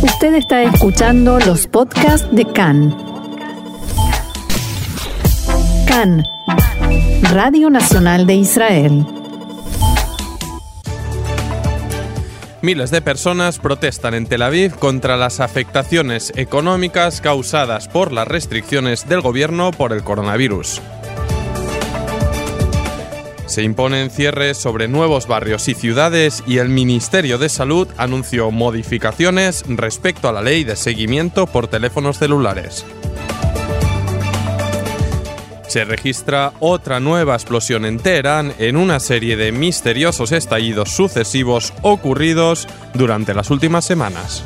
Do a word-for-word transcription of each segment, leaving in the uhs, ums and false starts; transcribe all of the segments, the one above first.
Usted está escuchando los podcasts de C A N. C A N, Radio Nacional de Israel. Miles de personas protestan en Tel Aviv contra las afectaciones económicas causadas por las restricciones del gobierno por el coronavirus. Se imponen cierres sobre nuevos barrios y ciudades y el Ministerio de Salud anunció modificaciones respecto a la ley de seguimiento por teléfonos celulares. Se registra otra nueva explosión en Teherán en una serie de misteriosos estallidos sucesivos ocurridos durante las últimas semanas.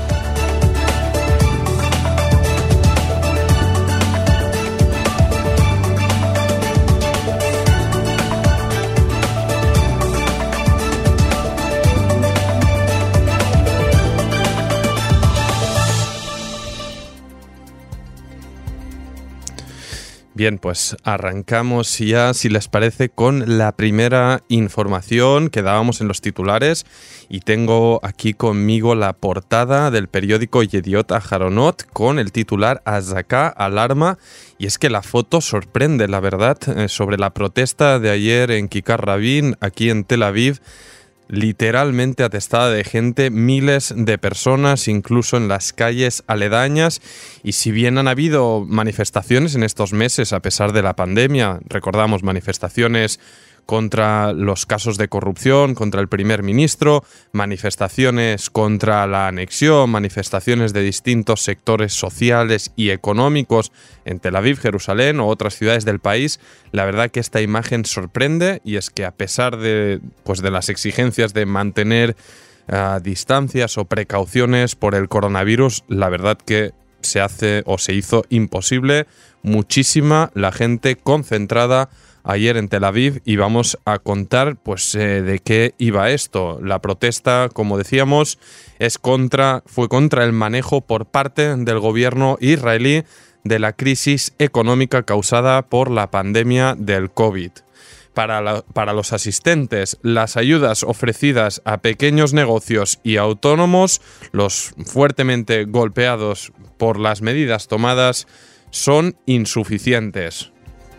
Bien, pues arrancamos ya, si les parece, con la primera información que dábamos en los titulares y tengo aquí conmigo la portada del periódico Yediot Aharonot con el titular Azaká, alarma, y es que la foto sorprende, la verdad, eh, sobre la protesta de ayer en Kikar Rabin, aquí en Tel Aviv, literalmente atestada de gente, miles de personas, incluso en las calles aledañas. Y si bien han habido manifestaciones en estos meses, a pesar de la pandemia, recordamos manifestaciones contra los casos de corrupción, contra el primer ministro, manifestaciones contra la anexión, manifestaciones de distintos sectores sociales y económicos en Tel Aviv, Jerusalén o otras ciudades del país, la verdad que esta imagen sorprende, y es que a pesar de, pues de las exigencias de mantener uh, distancias o precauciones por el coronavirus, la verdad que se hace o se hizo imposible. Muchísima la gente concentrada ayer en Tel Aviv, y vamos a contar pues eh, de qué iba esto. La protesta, como decíamos, es contra, fue contra el manejo por parte del gobierno israelí de la crisis económica causada por la pandemia del COVID. Para, la, para los asistentes, las ayudas ofrecidas a pequeños negocios y autónomos, los fuertemente golpeados por las medidas tomadas, son insuficientes.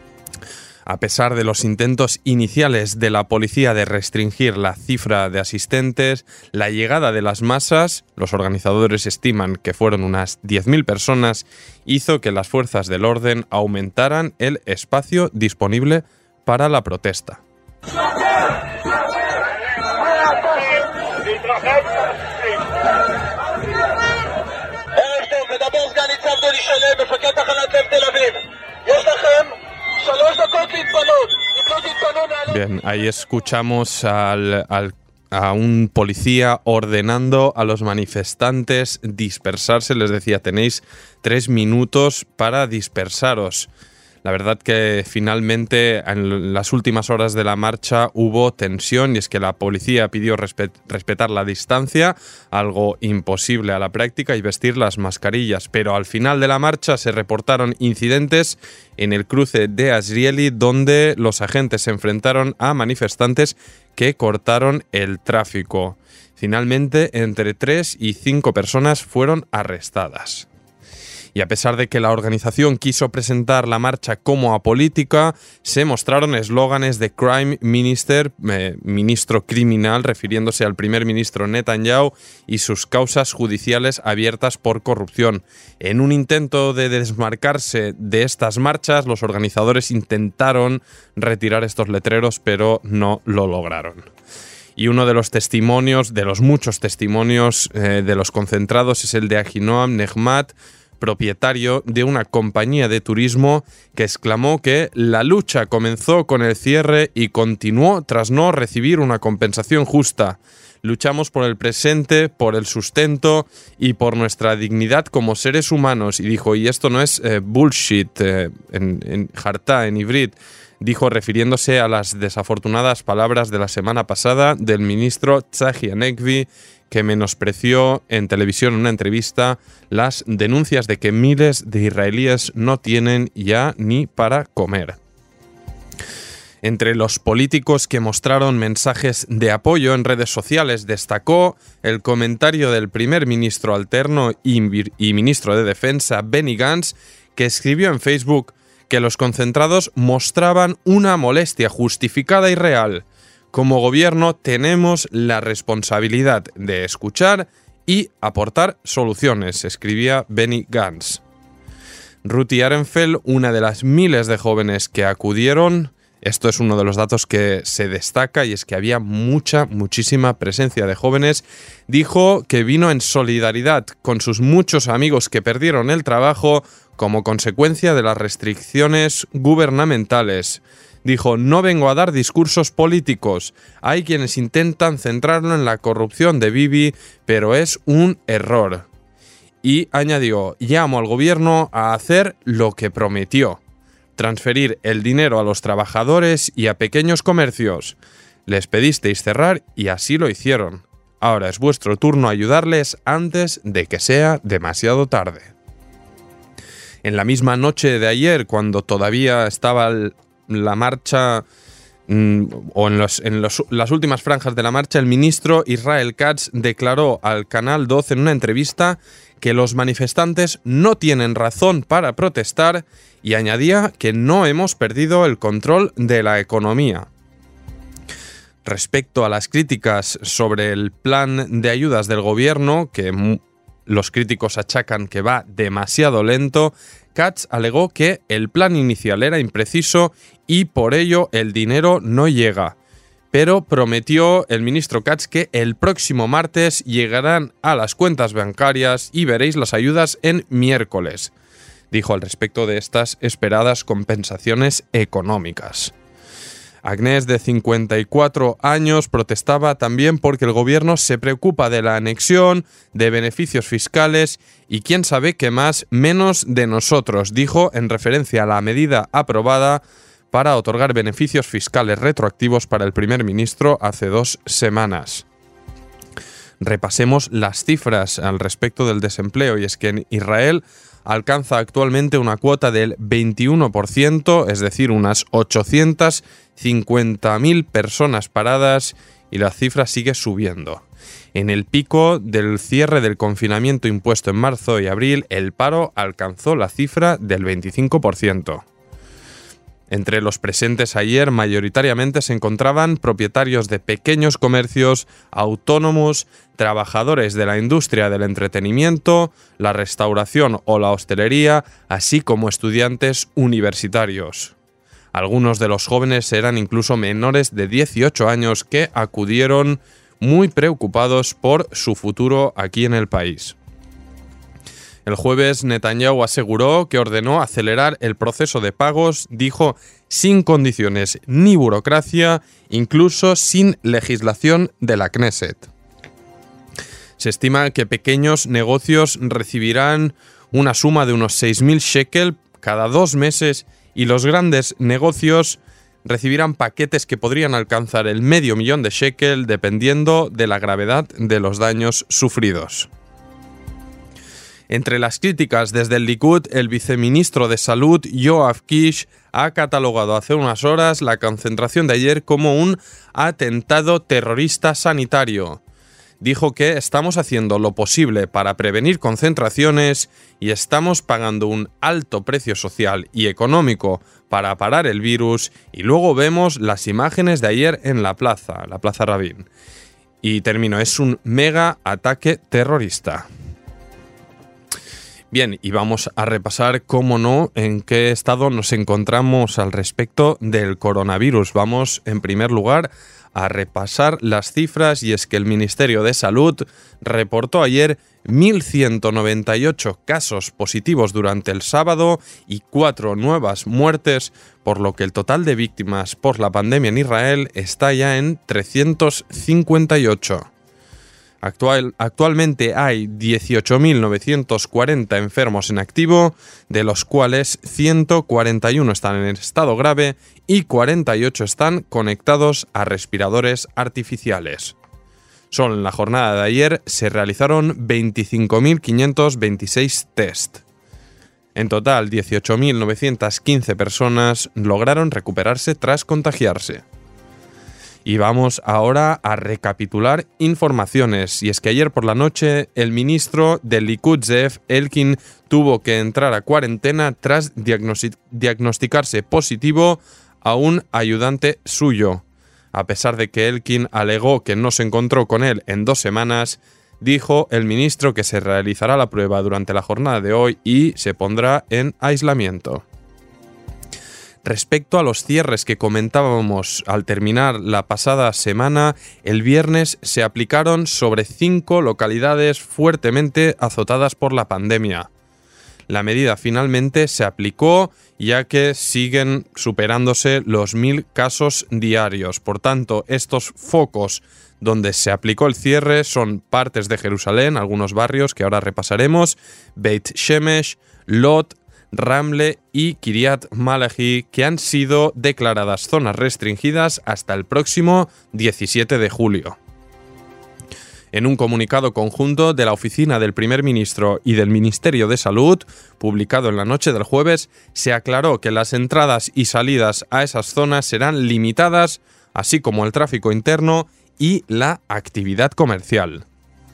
A pesar de los intentos iniciales de la policía de restringir la cifra de asistentes, la llegada de las masas, los organizadores estiman que fueron unas diez mil personas, hizo que las fuerzas del orden aumentaran el espacio disponible para la protesta. Bien, ahí escuchamos al, al, a un policía ordenando a los manifestantes dispersarse. Les decía, tenéis tres minutos para dispersaros. La verdad que finalmente en las últimas horas de la marcha hubo tensión, y es que la policía pidió respet- respetar la distancia, algo imposible a la práctica, y vestir las mascarillas. Pero al final de la marcha se reportaron incidentes en el cruce de Azrieli, donde los agentes se enfrentaron a manifestantes que cortaron el tráfico. Finalmente, entre tres y cinco personas fueron arrestadas. Y a pesar de que la organización quiso presentar la marcha como apolítica, se mostraron eslóganes de Crime Minister, eh, ministro criminal, refiriéndose al primer ministro Netanyahu y sus causas judiciales abiertas por corrupción. En un intento de desmarcarse de estas marchas, los organizadores intentaron retirar estos letreros, pero no lo lograron. Y uno de los testimonios, de los muchos testimonios eh, de los concentrados, es el de Ahinoam Nehmat, propietario de una compañía de turismo, que exclamó que la lucha comenzó con el cierre y continuó tras no recibir una compensación justa. Luchamos por el presente, por el sustento y por nuestra dignidad como seres humanos. Y dijo, y esto no es eh, bullshit, eh, en, en hartá, en ivrit, dijo refiriéndose a las desafortunadas palabras de la semana pasada del ministro Tzachi Hanegbi, que menospreció en televisión en una entrevista las denuncias de que miles de israelíes no tienen ya ni para comer. Entre los políticos que mostraron mensajes de apoyo en redes sociales destacó el comentario del primer ministro alterno y ministro de Defensa, Benny Gantz, que escribió en Facebook que los concentrados mostraban una molestia justificada y real. Como gobierno tenemos la responsabilidad de escuchar y aportar soluciones, escribía Benny Gantz. Ruti Ehrenfeld, una de las miles de jóvenes que acudieron, esto es uno de los datos que se destaca y es que había mucha, muchísima presencia de jóvenes, dijo que vino en solidaridad con sus muchos amigos que perdieron el trabajo como consecuencia de las restricciones gubernamentales. Dijo, no vengo a dar discursos políticos. Hay quienes intentan centrarlo en la corrupción de Bibi, pero es un error. Y añadió, llamo al gobierno a hacer lo que prometió. Transferir el dinero a los trabajadores y a pequeños comercios. Les pedisteis cerrar y así lo hicieron. Ahora es vuestro turno ayudarles antes de que sea demasiado tarde. En la misma noche de ayer, cuando todavía estaba el, la marcha, mmm, o en, los, en los, las últimas franjas de la marcha, el ministro Israel Katz declaró al Canal doce en una entrevista que los manifestantes no tienen razón para protestar y añadía que no hemos perdido el control de la economía. Respecto a las críticas sobre el plan de ayudas del gobierno, que los críticos achacan que va demasiado lento, Katz alegó que el plan inicial era impreciso y por ello el dinero no llega. Pero prometió el ministro Katz que el próximo martes llegarán a las cuentas bancarias y veréis las ayudas en miércoles. Dijo al respecto de estas esperadas compensaciones económicas. Agnès, de cincuenta y cuatro años, protestaba también porque el gobierno se preocupa de la anexión, de beneficios fiscales y quién sabe qué más, menos de nosotros, dijo en referencia a la medida aprobada para otorgar beneficios fiscales retroactivos para el primer ministro hace dos semanas. Repasemos las cifras al respecto del desempleo, y es que en Israel alcanza actualmente una cuota del veintiuno por ciento, es decir, unas ochocientas cincuenta mil personas paradas, y la cifra sigue subiendo. En el pico del cierre del confinamiento impuesto en marzo y abril, el paro alcanzó la cifra del veinticinco por ciento. Entre los presentes ayer mayoritariamente se encontraban propietarios de pequeños comercios, autónomos, trabajadores de la industria del entretenimiento, la restauración o la hostelería, así como estudiantes universitarios. Algunos de los jóvenes eran incluso menores de dieciocho años que acudieron muy preocupados por su futuro aquí en el país. El jueves, Netanyahu aseguró que ordenó acelerar el proceso de pagos, dijo, sin condiciones ni burocracia, incluso sin legislación de la Knesset. Se estima que pequeños negocios recibirán una suma de unos seis mil shekel cada dos meses y los grandes negocios recibirán paquetes que podrían alcanzar el medio millón de shekel dependiendo de la gravedad de los daños sufridos. Entre las críticas desde el Likud, el viceministro de Salud, Yoav Kish, ha catalogado hace unas horas la concentración de ayer como un atentado terrorista sanitario. Dijo que estamos haciendo lo posible para prevenir concentraciones y estamos pagando un alto precio social y económico para parar el virus, y luego vemos las imágenes de ayer en la plaza, la Plaza Rabin. Y termino, es un mega ataque terrorista. Bien, y vamos a repasar, cómo no, en qué estado nos encontramos al respecto del coronavirus. Vamos, en primer lugar, a repasar las cifras, y es que el Ministerio de Salud reportó ayer mil ciento noventa y ocho casos positivos durante el sábado y cuatro nuevas muertes, por lo que el total de víctimas por la pandemia en Israel está ya en trescientos cincuenta y ocho. Actual, actualmente hay dieciocho mil novecientos cuarenta enfermos en activo, de los cuales ciento cuarenta y uno están en estado grave y cuarenta y ocho están conectados a respiradores artificiales. Solo en la jornada de ayer se realizaron veinticinco mil quinientos veintiséis test. En total, dieciocho mil novecientas quince personas lograron recuperarse tras contagiarse. Y vamos ahora a recapitular informaciones. Y es que ayer por la noche el ministro del Likud, Zeev Elkin, tuvo que entrar a cuarentena tras diagnosti- diagnosticarse positivo a un ayudante suyo. A pesar de que Elkin alegó que no se encontró con él en dos semanas, dijo el ministro que se realizará la prueba durante la jornada de hoy y se pondrá en aislamiento. Respecto a los cierres que comentábamos al terminar la pasada semana, el viernes se aplicaron sobre cinco localidades fuertemente azotadas por la pandemia. La medida finalmente se aplicó ya que siguen superándose los mil casos diarios. Por tanto, estos focos donde se aplicó el cierre son partes de Jerusalén, algunos barrios que ahora repasaremos, Beit Shemesh, Lot, Ramle y Kiryat Malachi, que han sido declaradas zonas restringidas hasta el próximo diecisiete de julio. En un comunicado conjunto de la Oficina del Primer Ministro y del Ministerio de Salud, publicado en la noche del jueves, se aclaró que las entradas y salidas a esas zonas serán limitadas, así como el tráfico interno y la actividad comercial.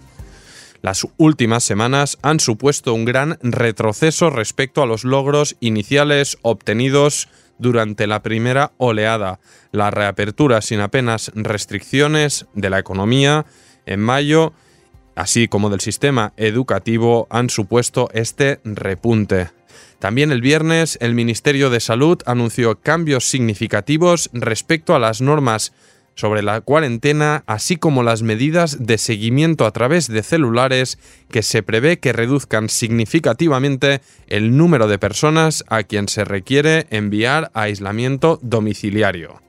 Las últimas semanas han supuesto un gran retroceso respecto a los logros iniciales obtenidos durante la primera oleada. La reapertura sin apenas restricciones de la economía en mayo, así como del sistema educativo, han supuesto este repunte. También el viernes, el Ministerio de Salud anunció cambios significativos respecto a las normas sobre la cuarentena, así como las medidas de seguimiento a través de celulares que se prevé que reduzcan significativamente el número de personas a quien se requiere enviar a aislamiento domiciliario.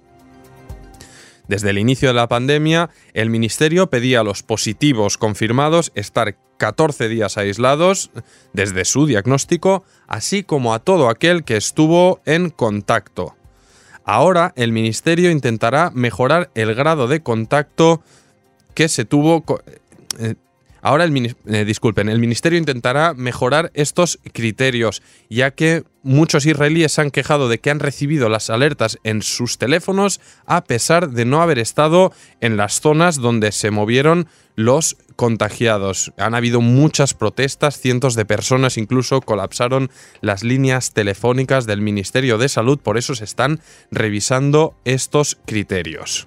Desde el inicio de la pandemia, el Ministerio pedía a los positivos confirmados estar catorce días aislados desde su diagnóstico, así como a todo aquel que estuvo en contacto. Ahora el Ministerio intentará mejorar el grado de contacto que se tuvo... Eh, ahora el, eh, disculpen, el Ministerio intentará mejorar estos criterios, ya que muchos israelíes se han quejado de que han recibido las alertas en sus teléfonos a pesar de no haber estado en las zonas donde se movieron los contagiados. Han habido muchas protestas, cientos de personas incluso colapsaron las líneas telefónicas del Ministerio de Salud, por eso se están revisando estos criterios.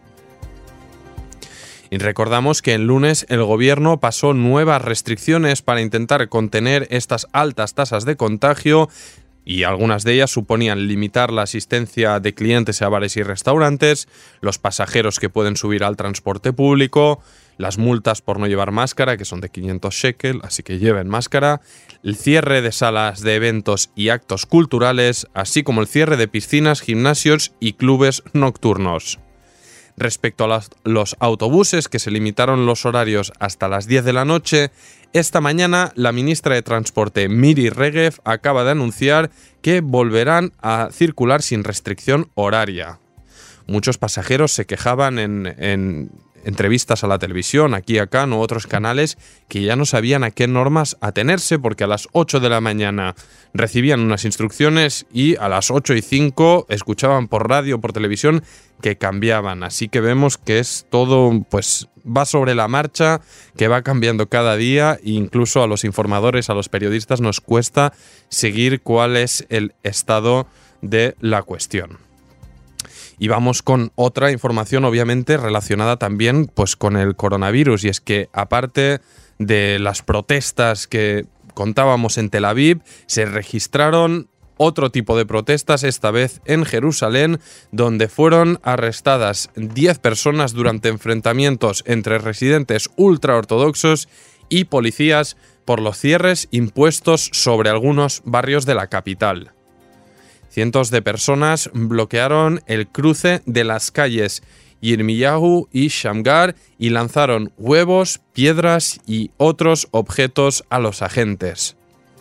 Y recordamos que el lunes el gobierno pasó nuevas restricciones para intentar contener estas altas tasas de contagio y algunas de ellas suponían limitar la asistencia de clientes a bares y restaurantes, los pasajeros que pueden subir al transporte público, las multas por no llevar máscara, que son de quinientos shekel, así que lleven máscara, el cierre de salas de eventos y actos culturales, así como el cierre de piscinas, gimnasios y clubes nocturnos. Respecto a las, los autobuses, que se limitaron los horarios hasta las diez de la noche, esta mañana la ministra de Transporte Miri Regev acaba de anunciar que volverán a circular sin restricción horaria. Muchos pasajeros se quejaban en, en entrevistas a la televisión, aquí acá, no otros canales, que ya no sabían a qué normas atenerse porque a las ocho de la mañana recibían unas instrucciones y a las ocho y cinco escuchaban por radio o por televisión que cambiaban. Así que vemos que es todo, pues va sobre la marcha, que va cambiando cada día e incluso a los informadores, a los periodistas nos cuesta seguir cuál es el estado de la cuestión. Y vamos con otra información obviamente relacionada también pues con el coronavirus, y es que aparte de las protestas que contábamos en Tel Aviv, se registraron otro tipo de protestas, esta vez en Jerusalén, donde fueron arrestadas diez personas durante enfrentamientos entre residentes ultraortodoxos y policías por los cierres impuestos sobre algunos barrios de la capital. Cientos de personas bloquearon el cruce de las calles Yirmiyahu y Shamgar y lanzaron huevos, piedras y otros objetos a los agentes.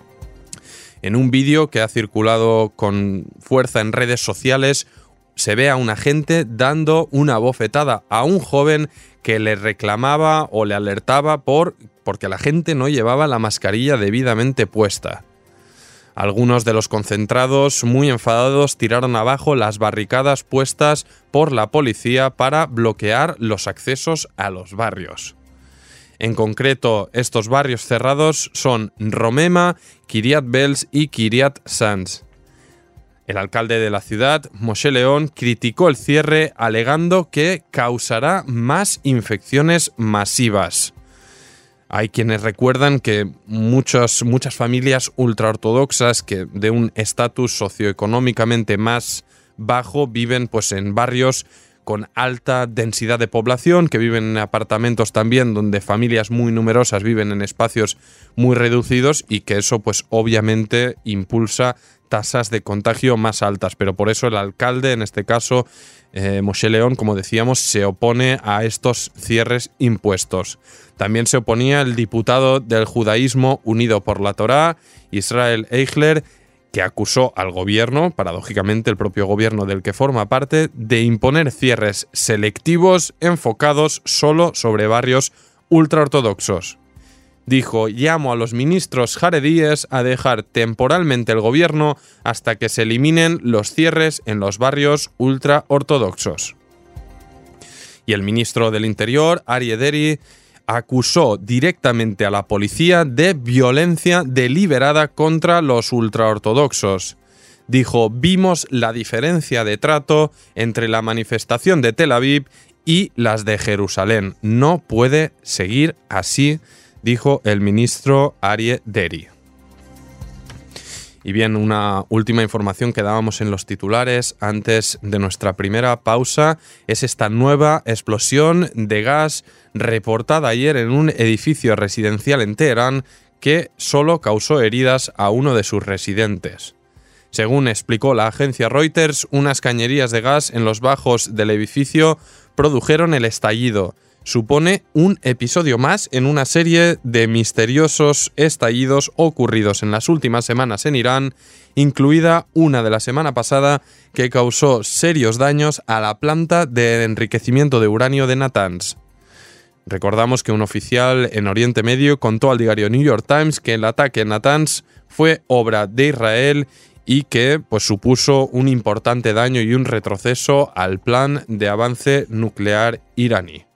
En un vídeo que ha circulado con fuerza en redes sociales, se ve a un agente dando una bofetada a un joven que le reclamaba o le alertaba por porque la gente no llevaba la mascarilla debidamente puesta. Algunos de los concentrados, muy enfadados, tiraron abajo las barricadas puestas por la policía para bloquear los accesos a los barrios. En concreto, estos barrios cerrados son Romema, Kiryat Bels y Kiryat Sanz. El alcalde de la ciudad, Moshe León, criticó el cierre alegando que causará más infecciones masivas. Hay quienes recuerdan que muchas, muchas familias ultraortodoxas que de un estatus socioeconómicamente más bajo viven pues, en barrios con alta densidad de población, que viven en apartamentos también donde familias muy numerosas viven en espacios muy reducidos y que eso pues obviamente impulsa tasas de contagio más altas. Pero por eso el alcalde, en este caso eh, Moshe León, como decíamos, se opone a estos cierres impuestos. También se oponía el diputado del judaísmo Unido por la Torá, Israel Eichler, que acusó al gobierno, paradójicamente el propio gobierno del que forma parte, de imponer cierres selectivos enfocados solo sobre barrios ultraortodoxos. Dijo: llamo a los ministros jaredíes a dejar temporalmente el gobierno hasta que se eliminen los cierres en los barrios ultraortodoxos. Y el ministro del Interior, Aryeh Deri, acusó directamente a la policía de violencia deliberada contra los ultraortodoxos. Dijo: vimos la diferencia de trato entre la manifestación de Tel Aviv y las de Jerusalén. No puede seguir así, dijo el ministro Aryeh Deri. Y bien, una última información que dábamos en los titulares antes de nuestra primera pausa es esta nueva explosión de gas reportada ayer en un edificio residencial en Teherán que solo causó heridas a uno de sus residentes. Según explicó la agencia Reuters, unas cañerías de gas en los bajos del edificio produjeron el estallido. Supone un episodio más en una serie de misteriosos estallidos ocurridos en las últimas semanas en Irán, incluida una de la semana pasada que causó serios daños a la planta de enriquecimiento de uranio de Natanz. Recordamos que un oficial en Oriente Medio contó al diario New York Times que el ataque en Natanz fue obra de Israel y que pues, supuso un importante daño y un retroceso al plan de avance nuclear iraní.